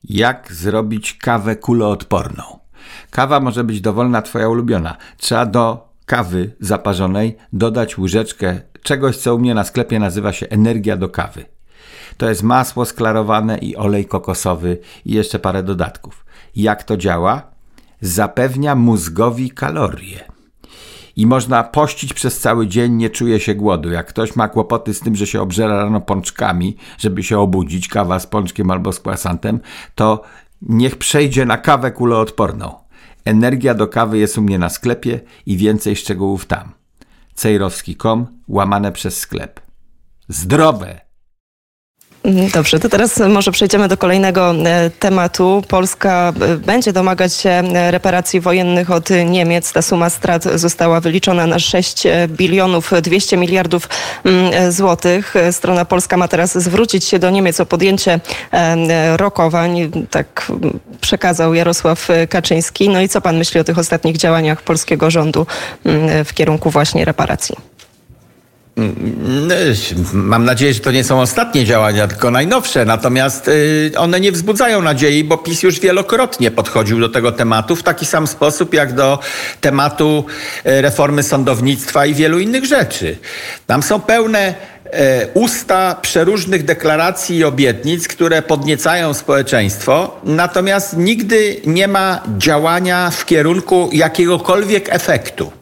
Jak zrobić kawę kuloodporną? Kawa może być dowolna, twoja ulubiona. Trzeba do kawy zaparzonej dodać łyżeczkę czegoś, co u mnie na sklepie nazywa się energia do kawy. To jest masło sklarowane i olej kokosowy i jeszcze parę dodatków. Jak to działa? Zapewnia mózgowi kalorie. I można pościć przez cały dzień, nie czuje się głodu. Jak ktoś ma kłopoty z tym, że się obżera rano pączkami, żeby się obudzić, kawa z pączkiem albo z croissantem, to niech przejdzie na kawę kuloodporną. Energia do kawy jest u mnie na sklepie i więcej szczegółów tam. cejrowski.com/sklep. Zdrowe! Dobrze, to teraz może przejdziemy do kolejnego tematu. Polska będzie domagać się reparacji wojennych od Niemiec. Ta suma strat została wyliczona na 6 bilionów 200 miliardów złotych. Strona polska ma teraz zwrócić się do Niemiec o podjęcie rokowań. Tak przekazał Jarosław Kaczyński. No i co pan myśli o tych ostatnich działaniach polskiego rządu w kierunku właśnie reparacji? Mam nadzieję, że to nie są ostatnie działania, tylko najnowsze. Natomiast one nie wzbudzają nadziei, bo PiS już wielokrotnie podchodził do tego tematu w taki sam sposób, jak do tematu reformy sądownictwa i wielu innych rzeczy. Tam są pełne usta przeróżnych deklaracji i obietnic, które podniecają społeczeństwo, natomiast nigdy nie ma działania w kierunku jakiegokolwiek efektu.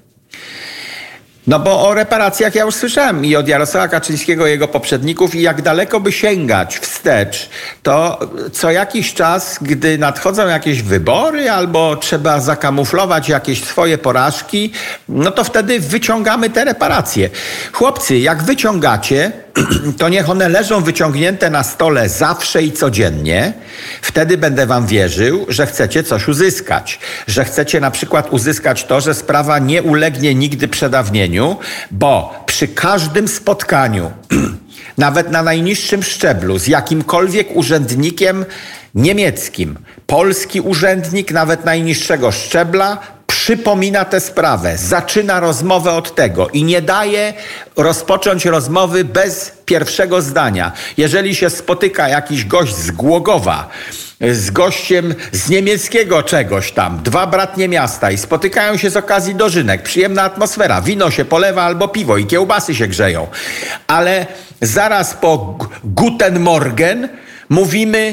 No bo o reparacjach ja już słyszałem i od Jarosława Kaczyńskiego i jego poprzedników i jak daleko by sięgać wstecz, to co jakiś czas, gdy nadchodzą jakieś wybory albo trzeba zakamuflować jakieś swoje porażki, no to wtedy wyciągamy te reparacje. Chłopcy, jak wyciągacie, to niech one leżą wyciągnięte na stole zawsze i codziennie. Wtedy będę wam wierzył, że chcecie coś uzyskać. Że chcecie na przykład uzyskać to, że sprawa nie ulegnie nigdy przedawnieniu, bo przy każdym spotkaniu, nawet na najniższym szczeblu, z jakimkolwiek urzędnikiem niemieckim, polski urzędnik nawet najniższego szczebla przypomina tę sprawę, zaczyna rozmowę od tego i nie daje rozpocząć rozmowy bez pierwszego zdania. Jeżeli się spotyka jakiś gość z Głogowa, z gościem z niemieckiego czegoś tam, dwa bratnie miasta i spotykają się z okazji dożynek, przyjemna atmosfera, wino się polewa albo piwo i kiełbasy się grzeją, ale zaraz po Guten Morgen mówimy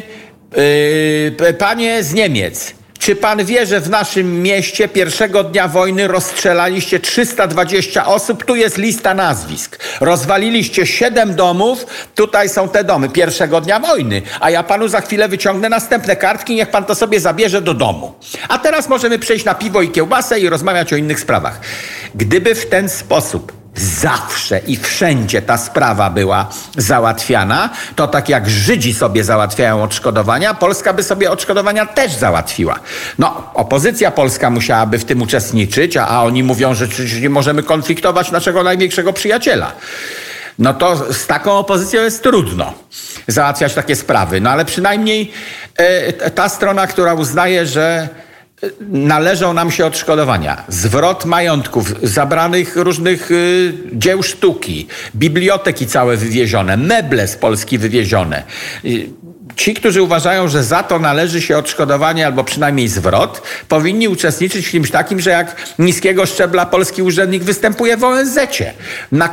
panie z Niemiec, czy pan wie, że w naszym mieście pierwszego dnia wojny rozstrzelaliście 320 osób? Tu jest lista nazwisk. Rozwaliliście 7 domów, tutaj są te domy pierwszego dnia wojny. A ja panu za chwilę wyciągnę następne kartki, niech pan to sobie zabierze do domu. A teraz możemy przejść na piwo i kiełbasę i rozmawiać o innych sprawach. Gdyby w ten sposób zawsze i wszędzie ta sprawa była załatwiana, to tak jak Żydzi sobie załatwiają odszkodowania, Polska by sobie odszkodowania też załatwiła. No, opozycja polska musiałaby w tym uczestniczyć, a oni mówią, że nie możemy konfliktować naszego największego przyjaciela. No to z taką opozycją jest trudno załatwiać takie sprawy. No ale przynajmniej ta strona, która uznaje, że należą nam się odszkodowania, zwrot majątków, zabranych różnych dzieł sztuki, biblioteki całe wywiezione, meble z Polski wywiezione. Ci, którzy uważają, że za to należy się odszkodowanie albo przynajmniej zwrot, powinni uczestniczyć w czymś takim, że jak niskiego szczebla polski urzędnik występuje w ONZ-cie, na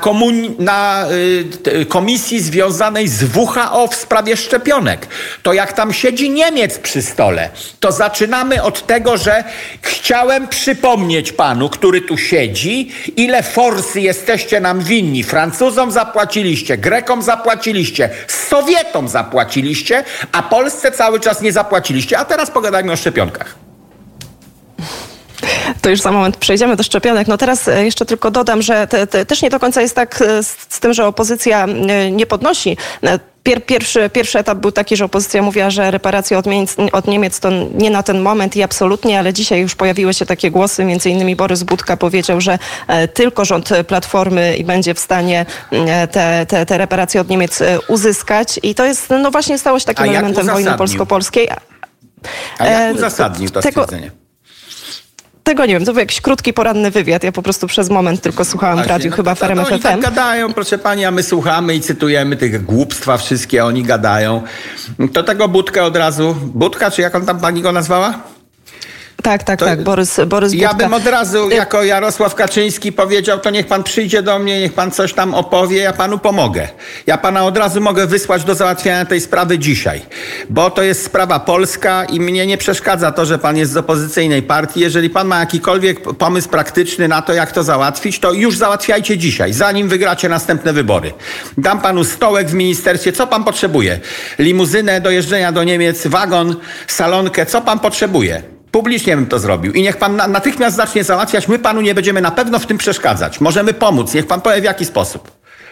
komisji związanej z WHO w sprawie szczepionek. To jak tam siedzi Niemiec przy stole, to zaczynamy od tego, że chciałem przypomnieć panu, który tu siedzi, ile forsy jesteście nam winni. Francuzom zapłaciliście, Grekom zapłaciliście, Sowietom zapłaciliście, a Polsce cały czas nie zapłaciliście. A teraz pogadajmy o szczepionkach. To już za moment przejdziemy do szczepionek. No teraz jeszcze tylko dodam, że też nie do końca jest tak z tym, że opozycja nie podnosi. Pierwszy etap był taki, że opozycja mówiła, że reparacje od Niemiec to nie na ten moment i absolutnie, ale dzisiaj już pojawiły się takie głosy, między innymi Borys Budka powiedział, że tylko rząd Platformy będzie w stanie te reparacje od Niemiec uzyskać i to jest, no właśnie stało się takim elementem wojny polsko-polskiej. A jak uzasadnił to stwierdzenie? Tego nie wiem, to był jakiś krótki, poranny wywiad. Ja po prostu przez moment tylko słuchałam w radiu, chyba w RMF FM. Oni tak gadają, proszę pani, a my słuchamy i cytujemy tych głupstwa wszystkie, oni gadają. To tego Budkę od razu... Budka, czy jak on tam pani go nazwała? Tak, Borys Budka. Ja bym od razu jako Jarosław Kaczyński powiedział, to niech pan przyjdzie do mnie, niech pan coś tam opowie, ja panu pomogę. Ja pana od razu mogę wysłać do załatwiania tej sprawy dzisiaj, bo to jest sprawa polska i mnie nie przeszkadza to, że pan jest z opozycyjnej partii. Jeżeli pan ma jakikolwiek pomysł praktyczny na to, jak to załatwić, to już załatwiajcie dzisiaj, zanim wygracie następne wybory. Dam panu stołek w ministerstwie, co pan potrzebuje? Limuzynę do jeżdżenia do Niemiec, wagon, salonkę, co pan potrzebuje? Publicznie bym to zrobił i niech pan natychmiast zacznie załatwiać. My panu nie będziemy na pewno w tym przeszkadzać. Możemy pomóc. Niech pan powie, w jaki sposób.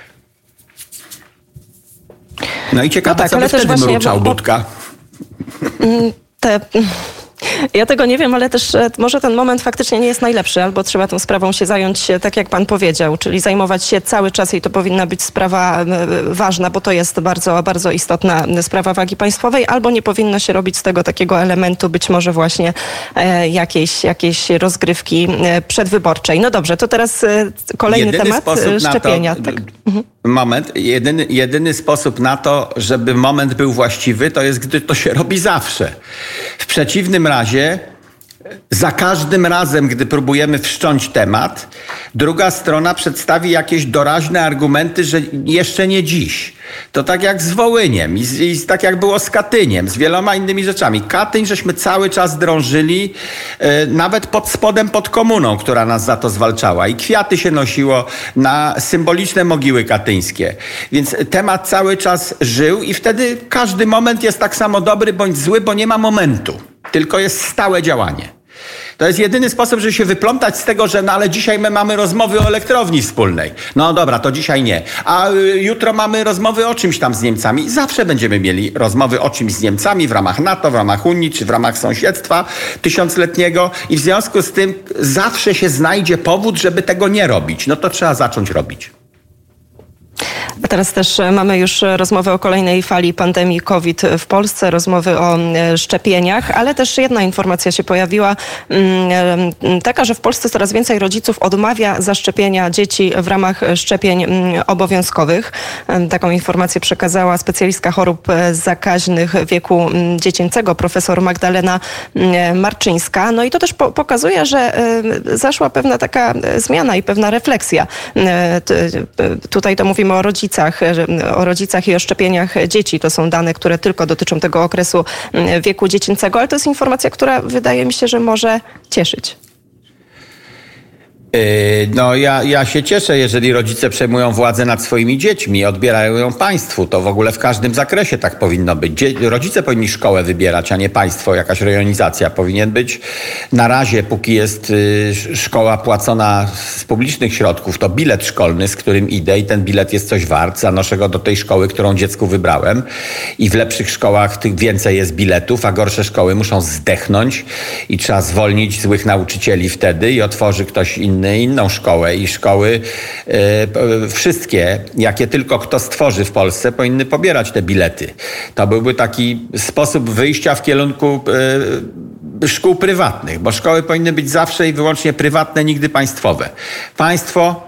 No i ciekawe, co by wtedy mruczał Budka. Ja tego nie wiem, ale też może ten moment faktycznie nie jest najlepszy, albo trzeba tą sprawą się zająć tak, jak pan powiedział, czyli zajmować się cały czas i to powinna być sprawa ważna, bo to jest bardzo, bardzo istotna sprawa wagi państwowej, albo nie powinno się robić z tego takiego elementu być może właśnie jakiejś rozgrywki przedwyborczej. No dobrze, to teraz kolejny temat, szczepienia. Moment. Jedyny sposób na to, żeby moment był właściwy, to jest, gdy to się robi zawsze. W przeciwnym razie, za każdym razem, gdy próbujemy wszcząć temat, druga strona przedstawi jakieś doraźne argumenty, że jeszcze nie dziś. To tak jak z Wołyniem i tak jak było z Katyniem, z wieloma innymi rzeczami. Katyń żeśmy cały czas drążyli, nawet pod spodem, pod komuną, która nas za to zwalczała. I kwiaty się nosiło na symboliczne mogiły katyńskie. Więc temat cały czas żył i wtedy każdy moment jest tak samo dobry bądź zły, bo nie ma momentu. Tylko jest stałe działanie. To jest jedyny sposób, żeby się wyplątać z tego, że no ale dzisiaj my mamy rozmowy o elektrowni wspólnej. No dobra, to dzisiaj nie. A jutro mamy rozmowy o czymś tam z Niemcami. Zawsze będziemy mieli rozmowy o czymś z Niemcami w ramach NATO, w ramach Unii, czy w ramach sąsiedztwa tysiącletniego. I w związku z tym zawsze się znajdzie powód, żeby tego nie robić. No to trzeba zacząć robić. A teraz też mamy już rozmowę o kolejnej fali pandemii COVID w Polsce, rozmowy o szczepieniach, ale też jedna informacja się pojawiła, taka, że w Polsce coraz więcej rodziców odmawia zaszczepienia dzieci w ramach szczepień obowiązkowych. Taką informację przekazała specjalistka chorób zakaźnych wieku dziecięcego, profesor Magdalena Marczyńska. No i to też pokazuje, że zaszła pewna taka zmiana i pewna refleksja. Tutaj to mówimy o rodzicach i o szczepieniach dzieci. To są dane, które tylko dotyczą tego okresu wieku dziecięcego, ale to jest informacja, która wydaje mi się, że może cieszyć. No ja się cieszę, jeżeli rodzice przejmują władzę nad swoimi dziećmi, odbierają ją państwu. To w ogóle w każdym zakresie tak powinno być. Rodzice powinni szkołę wybierać, a nie państwo, jakaś rejonizacja. Powinien być na razie, póki jest szkoła płacona z publicznych środków, to bilet szkolny, z którym idę i ten bilet jest coś wart. Zanoszę go do tej szkoły, którą dziecku wybrałem i w lepszych szkołach tych więcej jest biletów, a gorsze szkoły muszą zdechnąć i trzeba zwolnić złych nauczycieli wtedy i otworzy ktoś inną szkołę i szkoły wszystkie, jakie tylko kto stworzy w Polsce, powinny pobierać te bilety. To byłby taki sposób wyjścia w kierunku szkół prywatnych, bo szkoły powinny być zawsze i wyłącznie prywatne, nigdy państwowe. Państwo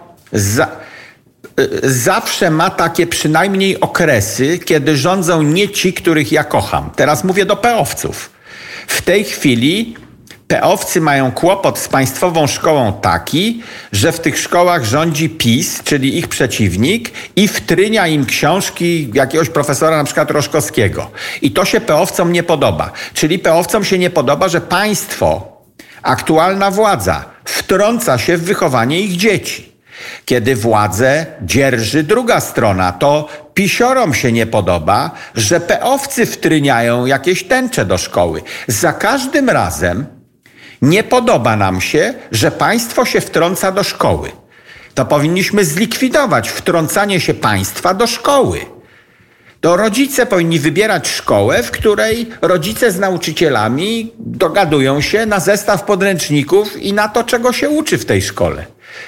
zawsze ma takie przynajmniej okresy, kiedy rządzą nie ci, których ja kocham. Teraz mówię do peowców. W tej chwili peowcy mają kłopot z państwową szkołą taki, że w tych szkołach rządzi PiS, czyli ich przeciwnik i wtrynia im książki jakiegoś profesora, na przykład Roszkowskiego. I to się peowcom nie podoba. Czyli peowcom się nie podoba, że państwo, aktualna władza wtrąca się w wychowanie ich dzieci. Kiedy władzę dzierży druga strona, to pisiorom się nie podoba, że peowcy wtryniają jakieś tęcze do szkoły. Za każdym razem nie podoba nam się, że państwo się wtrąca do szkoły. To powinniśmy zlikwidować wtrącanie się państwa do szkoły. To rodzice powinni wybierać szkołę, w której rodzice z nauczycielami dogadują się na zestaw podręczników i na to, czego się uczy w tej szkole.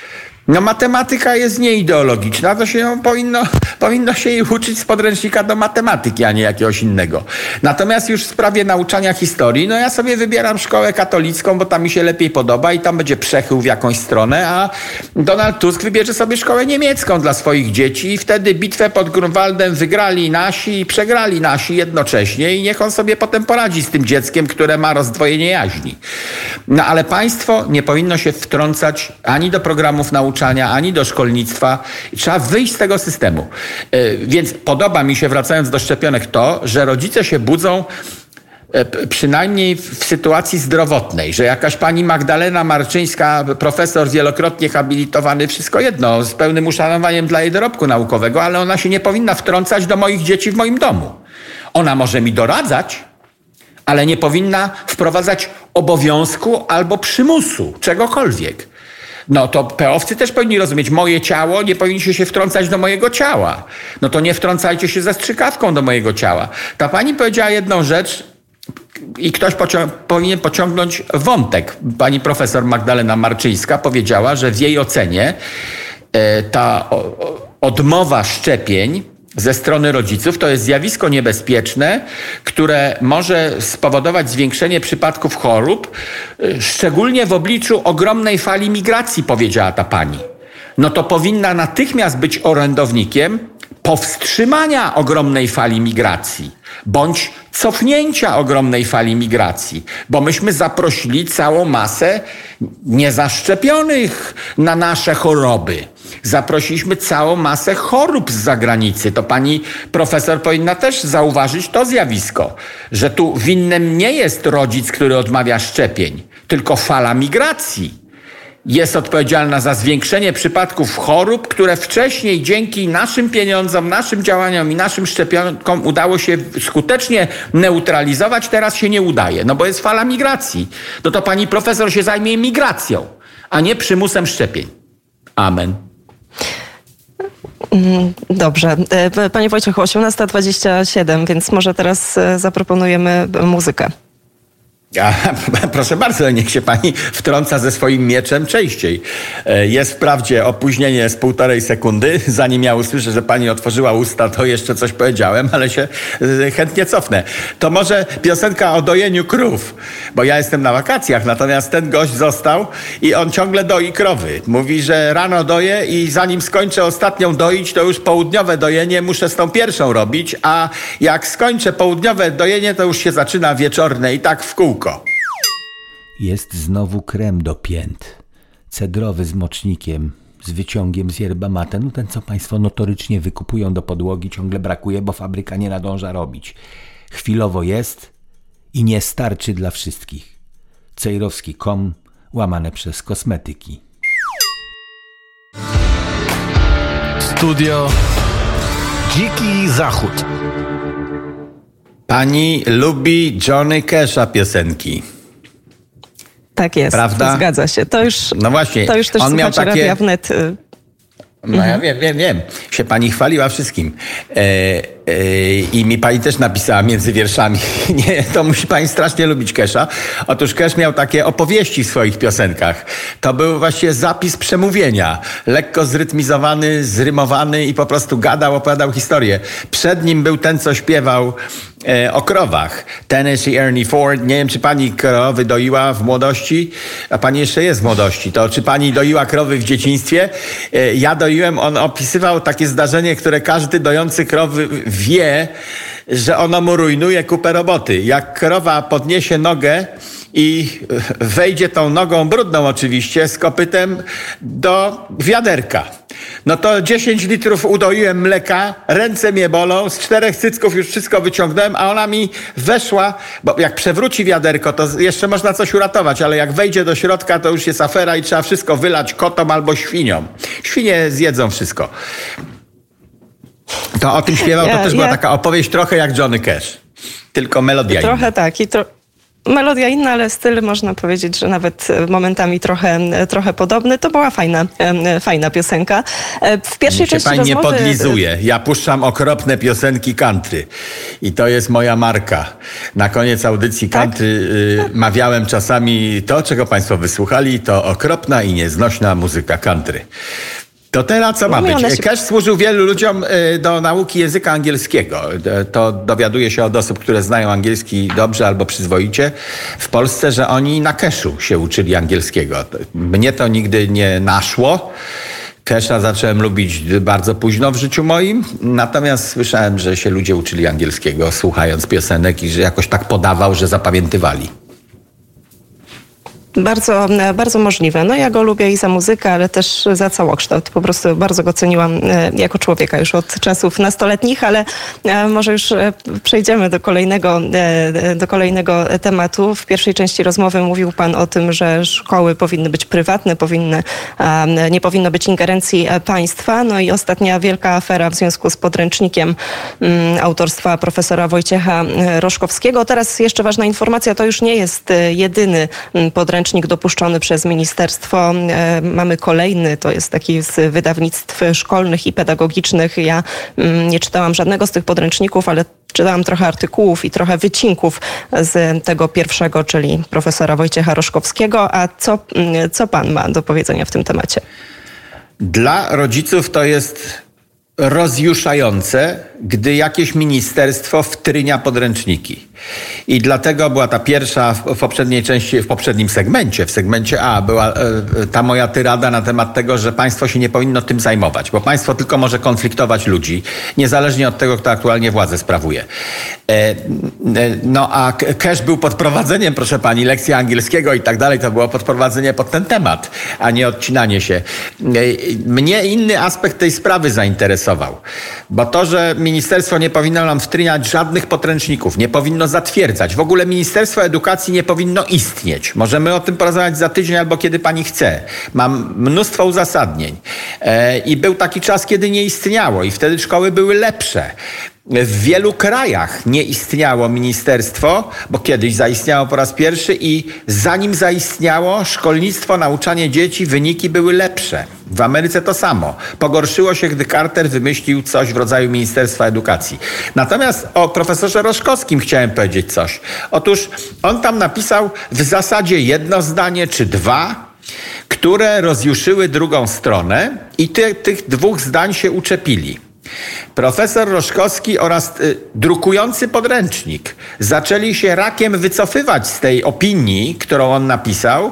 No matematyka jest nieideologiczna, to się powinno się jej uczyć z podręcznika do matematyki, a nie jakiegoś innego. Natomiast już w sprawie nauczania historii, no ja sobie wybieram szkołę katolicką, bo tam mi się lepiej podoba i tam będzie przechył w jakąś stronę, a Donald Tusk wybierze sobie szkołę niemiecką dla swoich dzieci i wtedy bitwę pod Grunwaldem wygrali nasi i przegrali nasi jednocześnie i niech on sobie potem poradzi z tym dzieckiem, które ma rozdwojenie jaźni. No ale państwo nie powinno się wtrącać ani do programów nauczania, ani do szkolnictwa. Trzeba wyjść z tego systemu. Więc podoba mi się, wracając do szczepionek, to, że rodzice się budzą przynajmniej w sytuacji zdrowotnej, że jakaś pani Magdalena Marczyńska, profesor wielokrotnie habilitowany, wszystko jedno, z pełnym uszanowaniem dla jej dorobku naukowego, ale ona się nie powinna wtrącać do moich dzieci w moim domu. Ona może mi doradzać, ale nie powinna wprowadzać obowiązku albo przymusu, czegokolwiek. No to peowcy też powinni rozumieć, moje ciało, nie powinniście się wtrącać do mojego ciała. No to nie wtrącajcie się ze strzykawką do mojego ciała. Ta pani powiedziała jedną rzecz i ktoś powinien pociągnąć wątek. Pani profesor Magdalena Marczyńska powiedziała, że w jej ocenie ta odmowa szczepień ze strony rodziców to jest zjawisko niebezpieczne, które może spowodować zwiększenie przypadków chorób, szczególnie w obliczu ogromnej fali migracji, powiedziała ta pani. No to powinna natychmiast być orędownikiem powstrzymania ogromnej fali migracji, bądź cofnięcia ogromnej fali migracji, bo myśmy zaprosili całą masę niezaszczepionych na nasze choroby. Zaprosiliśmy całą masę chorób z zagranicy. To pani profesor powinna też zauważyć to zjawisko, że tu winnym nie jest rodzic, który odmawia szczepień, tylko fala migracji. Jest odpowiedzialna za zwiększenie przypadków chorób, które wcześniej dzięki naszym pieniądzom, naszym działaniom i naszym szczepionkom udało się skutecznie neutralizować, teraz się nie udaje, no bo jest fala migracji. No to pani profesor się zajmie migracją, a nie przymusem szczepień. Amen. Dobrze. Panie Wojciechu, 18:27, więc może teraz zaproponujemy muzykę. Proszę bardzo, niech się pani wtrąca ze swoim mieczem częściej. Jest wprawdzie opóźnienie z 1,5 sekundy. Zanim ja usłyszę, że pani otworzyła usta, to jeszcze coś powiedziałem, ale się chętnie cofnę. To może piosenka o dojeniu krów, bo ja jestem na wakacjach, natomiast ten gość został i on ciągle doi krowy. Mówi, że rano doję i zanim skończę ostatnią doić, to już południowe dojenie muszę z tą pierwszą robić, a jak skończę południowe dojenie, to już się zaczyna wieczorne i tak w kółko. Jest znowu krem do pięt. Cedrowy z mocznikiem, z wyciągiem z yerba mate. No ten, co państwo notorycznie wykupują do podłogi, ciągle brakuje, bo fabryka nie nadąża robić. Chwilowo jest i nie starczy dla wszystkich. Cejrowski.com /kosmetyki. Studio Dziki Zachód. Pani lubi Johnny Casha piosenki. Tak jest, prawda? Zgadza się. To już, no właśnie, to już też on miał słuchacze takie... Radia Wnet. No ja wiem. Się pani chwaliła wszystkim. I mi pani też napisała między wierszami. Nie, to musi pani strasznie lubić Casha. Otóż Cash miał takie opowieści w swoich piosenkach. To był właśnie zapis przemówienia. Lekko zrytmizowany, zrymowany i po prostu gadał, opowiadał historię. Przed nim był ten, co śpiewał o krowach. Tennessee Ernie Ford. Nie wiem, czy pani krowy doiła w młodości, a pani jeszcze jest w młodości. To czy pani doiła krowy w dzieciństwie? Ja doiłem, on opisywał takie zdarzenie, które każdy dojący krowy wie, że ono mu rujnuje kupę roboty. Jak krowa podniesie nogę i wejdzie tą nogą brudną oczywiście z kopytem do wiaderka. No to 10 litrów udoiłem mleka, ręce mnie bolą, z 4 cycków już wszystko wyciągnąłem, a ona mi weszła, bo jak przewróci wiaderko, to jeszcze można coś uratować, ale jak wejdzie do środka, to już jest afera i trzeba wszystko wylać kotom albo świniom. Świnie zjedzą wszystko. To o tym śpiewał, to też była taka opowieść trochę jak Johnny Cash, tylko melodia Trochę inna. tak melodia inna, ale styl można powiedzieć, że nawet momentami trochę podobny. To była fajna piosenka. W pierwszej części pani rozmowy... nie podlizuje. Ja puszczam okropne piosenki country i to jest moja marka. Na koniec audycji country mawiałem czasami to, czego państwo wysłuchali, to okropna i nieznośna muzyka country. To teraz co ma być? Cash służył wielu ludziom do nauki języka angielskiego. To dowiaduje się od osób, które znają angielski dobrze albo przyzwoicie w Polsce, że oni na Cashu się uczyli angielskiego. Mnie to nigdy nie naszło. Casha zacząłem lubić bardzo późno w życiu moim, natomiast słyszałem, że się ludzie uczyli angielskiego słuchając piosenek i że jakoś tak podawał, że zapamiętywali. Bardzo, bardzo możliwe. No ja go lubię i za muzykę, ale też za całokształt. Po prostu bardzo go ceniłam jako człowieka już od czasów nastoletnich, ale może już przejdziemy do kolejnego tematu. W pierwszej części rozmowy mówił pan o tym, że szkoły powinny być prywatne, nie powinno być ingerencji państwa. No i ostatnia wielka afera w związku z podręcznikiem autorstwa profesora Wojciecha Roszkowskiego. Teraz jeszcze ważna informacja, to już nie jest jedyny podręcznik dopuszczony przez ministerstwo. Mamy kolejny, to jest taki z wydawnictw szkolnych i pedagogicznych. Ja nie czytałam żadnego z tych podręczników, ale czytałam trochę artykułów i trochę wycinków z tego pierwszego, czyli profesora Wojciecha Roszkowskiego. A co pan ma do powiedzenia w tym temacie? Dla rodziców to jest rozjuszające, gdy jakieś ministerstwo wtrynia podręczniki. I dlatego była ta pierwsza w poprzedniej części, w poprzednim segmencie, w segmencie A, była ta moja tyrada na temat tego, że państwo się nie powinno tym zajmować, bo państwo tylko może konfliktować ludzi, niezależnie od tego, kto aktualnie władzę sprawuje. No a Cash był podprowadzeniem, proszę pani, lekcja angielskiego i tak dalej, to było podprowadzenie pod ten temat, a nie odcinanie się. Mnie inny aspekt tej sprawy zainteresował, bo to, że ministerstwo nie powinno nam wtryniać żadnych podręczników, nie powinno zatwierdzać. W ogóle Ministerstwo Edukacji nie powinno istnieć. Możemy o tym porozmawiać za tydzień albo kiedy pani chce. Mam mnóstwo uzasadnień. I był taki czas, kiedy nie istniało i wtedy szkoły były lepsze. W wielu krajach nie istniało ministerstwo, bo kiedyś zaistniało po raz pierwszy i zanim zaistniało szkolnictwo, nauczanie dzieci, wyniki były lepsze. W Ameryce to samo. Pogorszyło się, gdy Carter wymyślił coś w rodzaju Ministerstwa Edukacji. Natomiast o profesorze Roszkowskim chciałem powiedzieć coś. Otóż on tam napisał w zasadzie jedno zdanie czy dwa, które rozjuszyły drugą stronę i tych dwóch zdań się uczepili. Profesor Roszkowski oraz drukujący podręcznik zaczęli się rakiem wycofywać z tej opinii, którą on napisał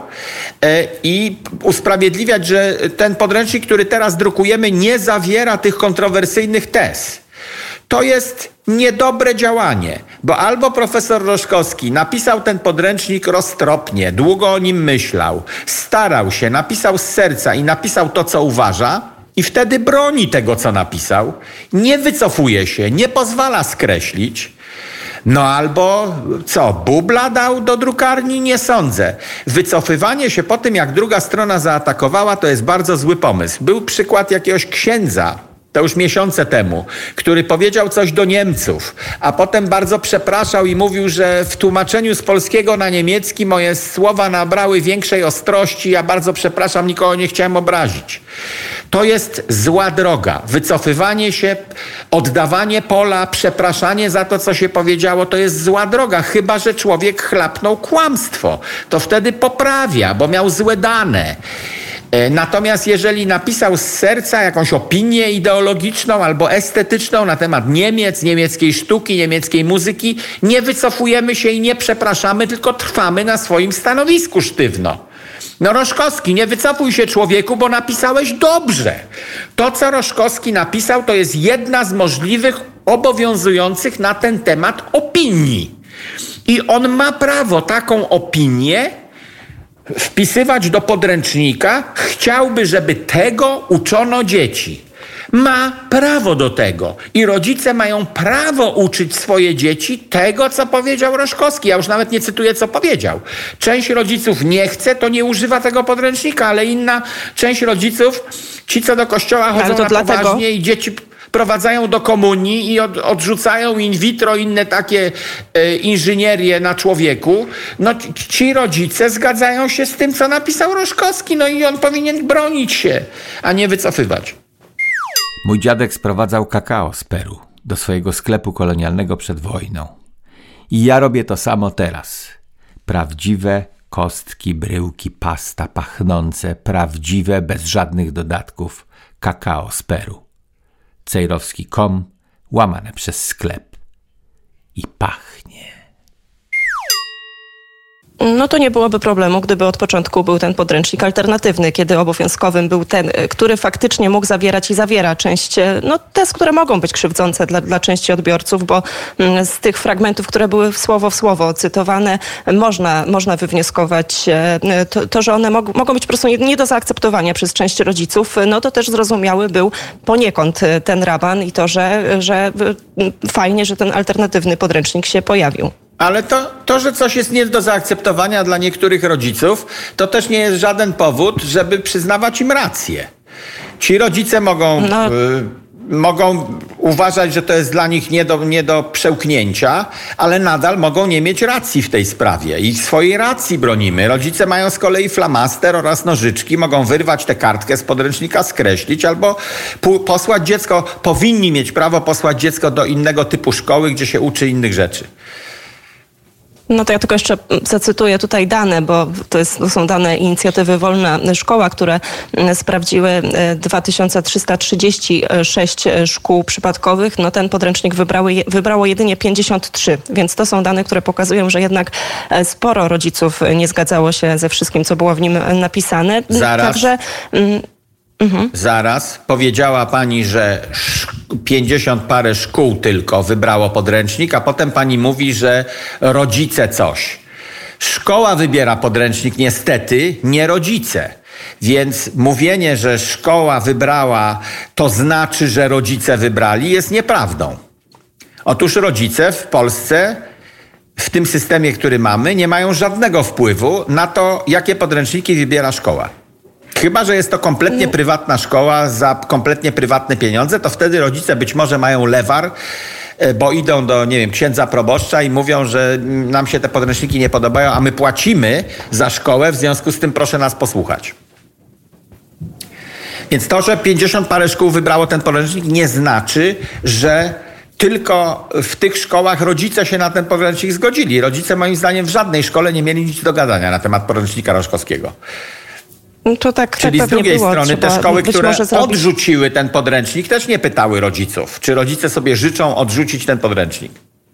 i usprawiedliwiać, że ten podręcznik, który teraz drukujemy, nie zawiera tych kontrowersyjnych tez. To jest niedobre działanie, bo albo profesor Roszkowski napisał ten podręcznik roztropnie, długo o nim myślał, starał się, napisał z serca i napisał to, co uważa, i wtedy broni tego, co napisał, nie wycofuje się, nie pozwala skreślić. No albo co, bubla dał do drukarni? Nie sądzę. Wycofywanie się po tym, jak druga strona zaatakowała, to jest bardzo zły pomysł. Był przykład jakiegoś księdza, to już miesiące temu, który powiedział coś do Niemców, a potem bardzo przepraszał i mówił, że w tłumaczeniu z polskiego na niemiecki moje słowa nabrały większej ostrości. Ja bardzo przepraszam, nikogo nie chciałem obrazić. To jest zła droga. Wycofywanie się, oddawanie pola, przepraszanie za to, co się powiedziało, to jest zła droga. Chyba że człowiek chlapnął kłamstwo. To wtedy poprawia, bo miał złe dane. Natomiast jeżeli napisał z serca jakąś opinię ideologiczną albo estetyczną na temat Niemiec, niemieckiej sztuki, niemieckiej muzyki, nie wycofujemy się i nie przepraszamy, tylko trwamy na swoim stanowisku sztywno. No Roszkowski, nie wycofuj się człowieku, bo napisałeś dobrze. To, co Roszkowski napisał, to jest jedna z możliwych, obowiązujących na ten temat opinii. I on ma prawo taką opinię wpisywać do podręcznika, chciałby, żeby tego uczono dzieci. Ma prawo do tego. I rodzice mają prawo uczyć swoje dzieci tego, co powiedział Roszkowski. Ja już nawet nie cytuję, co powiedział. Część rodziców nie chce, to nie używa tego podręcznika, ale inna część rodziców, ci, co do kościoła chodzą na poważnie i dzieci wprowadzają do komunii i odrzucają in vitro, inne takie inżynierie na człowieku, no ci rodzice zgadzają się z tym, co napisał Roszkowski, no i on powinien bronić się, a nie wycofywać. Mój dziadek sprowadzał kakao z Peru do swojego sklepu kolonialnego przed wojną. I ja robię to samo teraz. Prawdziwe kostki, bryłki, pasta pachnące, prawdziwe, bez żadnych dodatków, kakao z Peru. Cejrowski.com, łamane przez sklep. I pachnie. No to nie byłoby problemu, gdyby od początku był ten podręcznik alternatywny, kiedy obowiązkowym był ten, który faktycznie mógł zawierać i zawiera część, no te, które mogą być krzywdzące dla części odbiorców, bo z tych fragmentów, które były słowo w słowo cytowane, można wywnioskować to, że one mogą być po prostu nie do zaakceptowania przez część rodziców, no to też zrozumiały był poniekąd ten raban i to, że fajnie, że ten alternatywny podręcznik się pojawił. Ale to, że coś jest nie do zaakceptowania dla niektórych rodziców, to też nie jest żaden powód, żeby przyznawać im rację. Ci rodzice mogą uważać, że to jest dla nich nie do przełknięcia, ale nadal mogą nie mieć racji w tej sprawie. I swojej racji bronimy. Rodzice mają z kolei flamaster oraz nożyczki, mogą wyrwać tę kartkę z podręcznika, skreślić albo posłać dziecko, powinni mieć prawo posłać dziecko do innego typu szkoły, gdzie się uczy innych rzeczy. No to ja tylko jeszcze zacytuję tutaj dane, bo to są dane inicjatywy Wolna Szkoła, które sprawdziły 2336 szkół przypadkowych. No ten podręcznik wybrało jedynie 53, więc to są dane, które pokazują, że jednak sporo rodziców nie zgadzało się ze wszystkim, co było w nim napisane. Zaraz. Także... Zaraz. Powiedziała pani, że 50 parę szkół tylko wybrało podręcznik, a potem pani mówi, że rodzice coś. Szkoła wybiera podręcznik, niestety, nie rodzice. Więc mówienie, że szkoła wybrała, to znaczy, że rodzice wybrali, jest nieprawdą. Otóż rodzice w Polsce, w tym systemie, który mamy, nie mają żadnego wpływu na to, jakie podręczniki wybiera szkoła. Chyba że jest to kompletnie prywatna szkoła za kompletnie prywatne pieniądze, to wtedy rodzice być może mają lewar, bo idą do, nie wiem, księdza proboszcza i mówią, że nam się te podręczniki nie podobają, a my płacimy za szkołę, w związku z tym proszę nas posłuchać. Więc to, że 50 parę szkół wybrało ten podręcznik, nie znaczy, że tylko w tych szkołach rodzice się na ten podręcznik zgodzili. Rodzice moim zdaniem w żadnej szkole nie mieli nic do gadania na temat podręcznika Roszkowskiego. To tak, czyli tak z drugiej było. strony te szkoły, które zrobić... odrzuciły ten podręcznik, też nie pytały rodziców, czy rodzice sobie życzą odrzucić ten podręcznik.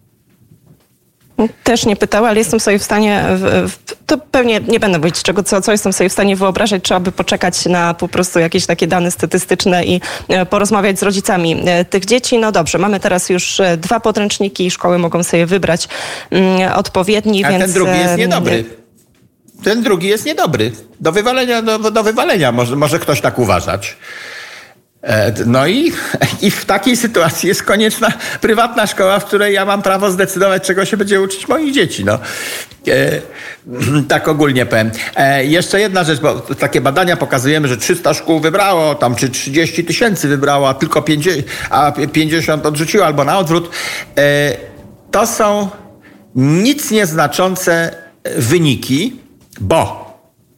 Też nie pytały, ale jestem sobie w stanie, to pewnie nie będę mówić czego, co jestem sobie w stanie wyobrażać. Trzeba by poczekać na po prostu jakieś takie dane statystyczne i porozmawiać z rodzicami tych dzieci. No dobrze, mamy teraz już 2 podręczniki i szkoły mogą sobie wybrać odpowiedni. A więc ten drugi jest niedobry. Ten drugi jest niedobry. Do wywalenia może ktoś tak uważać. No i w takiej sytuacji jest konieczna prywatna szkoła, w której ja mam prawo zdecydować, czego się będzie uczyć moich dzieci. No. Tak ogólnie powiem. Jeszcze jedna rzecz, bo takie badania pokazujemy, że 300 szkół wybrało, tam czy 30 000 wybrało, a tylko 50 odrzuciło, albo na odwrót. To są nic nieznaczące wyniki, bo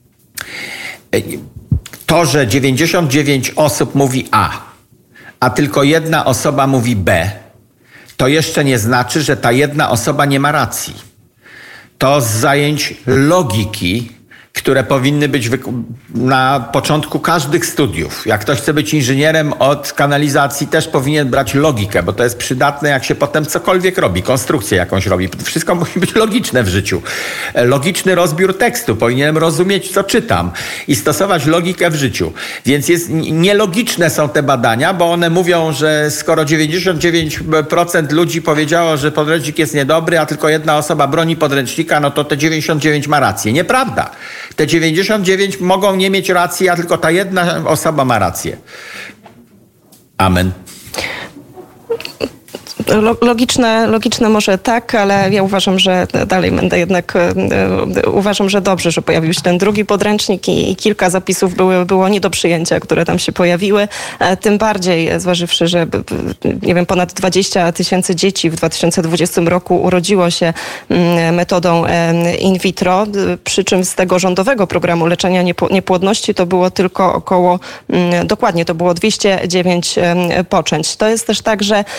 to, że 99 osób mówi a tylko jedna osoba mówi B, to jeszcze nie znaczy, że ta jedna osoba nie ma racji. To z zajęć logiki, które powinny być na początku każdych studiów. Jak ktoś chce być inżynierem od kanalizacji, też powinien brać logikę, bo to jest przydatne, jak się potem cokolwiek robi, konstrukcję jakąś robi. Wszystko musi być logiczne w życiu. Logiczny rozbiór tekstu. Powinienem rozumieć, co czytam i stosować logikę w życiu. Więc nielogiczne są te badania, bo one mówią, że skoro 99% ludzi powiedziało, że podręcznik jest niedobry, a tylko jedna osoba broni podręcznika, no to te 99 ma rację. Nieprawda. Te 99 mogą nie mieć racji, a tylko ta jedna osoba ma rację. Amen. Logiczne może tak, ale ja uważam, że dalej będę jednak uważam, że dobrze, że pojawił się ten drugi podręcznik i kilka zapisów było nie do przyjęcia, które tam się pojawiły. Tym bardziej zważywszy, że nie wiem, ponad 20 000 dzieci w 2020 roku urodziło się metodą in vitro, przy czym z tego rządowego programu leczenia niepłodności to było tylko około, dokładnie to było 209 poczęć. To jest też tak, że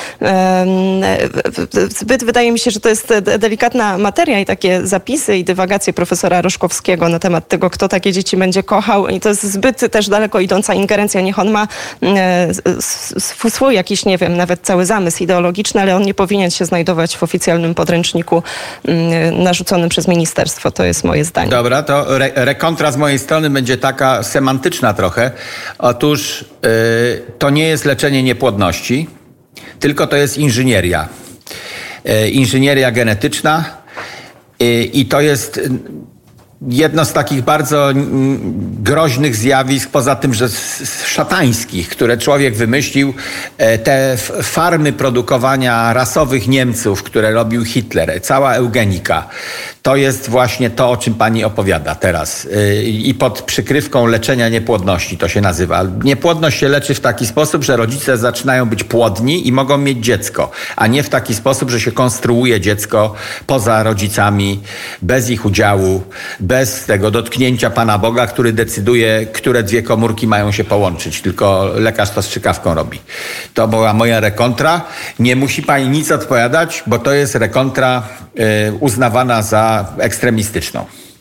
zbyt wydaje mi się, że to jest delikatna materia i takie zapisy i dywagacje profesora Roszkowskiego na temat tego, kto takie dzieci będzie kochał i to jest zbyt też daleko idąca ingerencja. Niech on ma swój jakiś, nie wiem, nawet cały zamysł ideologiczny, ale on nie powinien się znajdować w oficjalnym podręczniku narzuconym przez ministerstwo. To jest moje zdanie. Dobra, to rekontra z mojej strony będzie taka semantyczna trochę. Otóż to nie jest leczenie niepłodności, tylko to jest inżynieria. Inżynieria genetyczna i to jest jedno z takich bardzo groźnych zjawisk, poza tym, że szatańskich, które człowiek wymyślił, te farmy produkowania rasowych Niemców, które robił Hitler, cała eugenika. To jest właśnie to, o czym pani opowiada teraz. I pod przykrywką leczenia niepłodności to się nazywa. Niepłodność się leczy w taki sposób, że rodzice zaczynają być płodni i mogą mieć dziecko, a nie w taki sposób, że się konstruuje dziecko poza rodzicami, bez ich udziału, bez tego dotknięcia Pana Boga, który decyduje, które dwie komórki mają się połączyć. Tylko lekarz to strzykawką robi. To była moja rekontra. Nie musi pani nic odpowiadać, bo to jest rekontra uznawana za ekstremistyczną.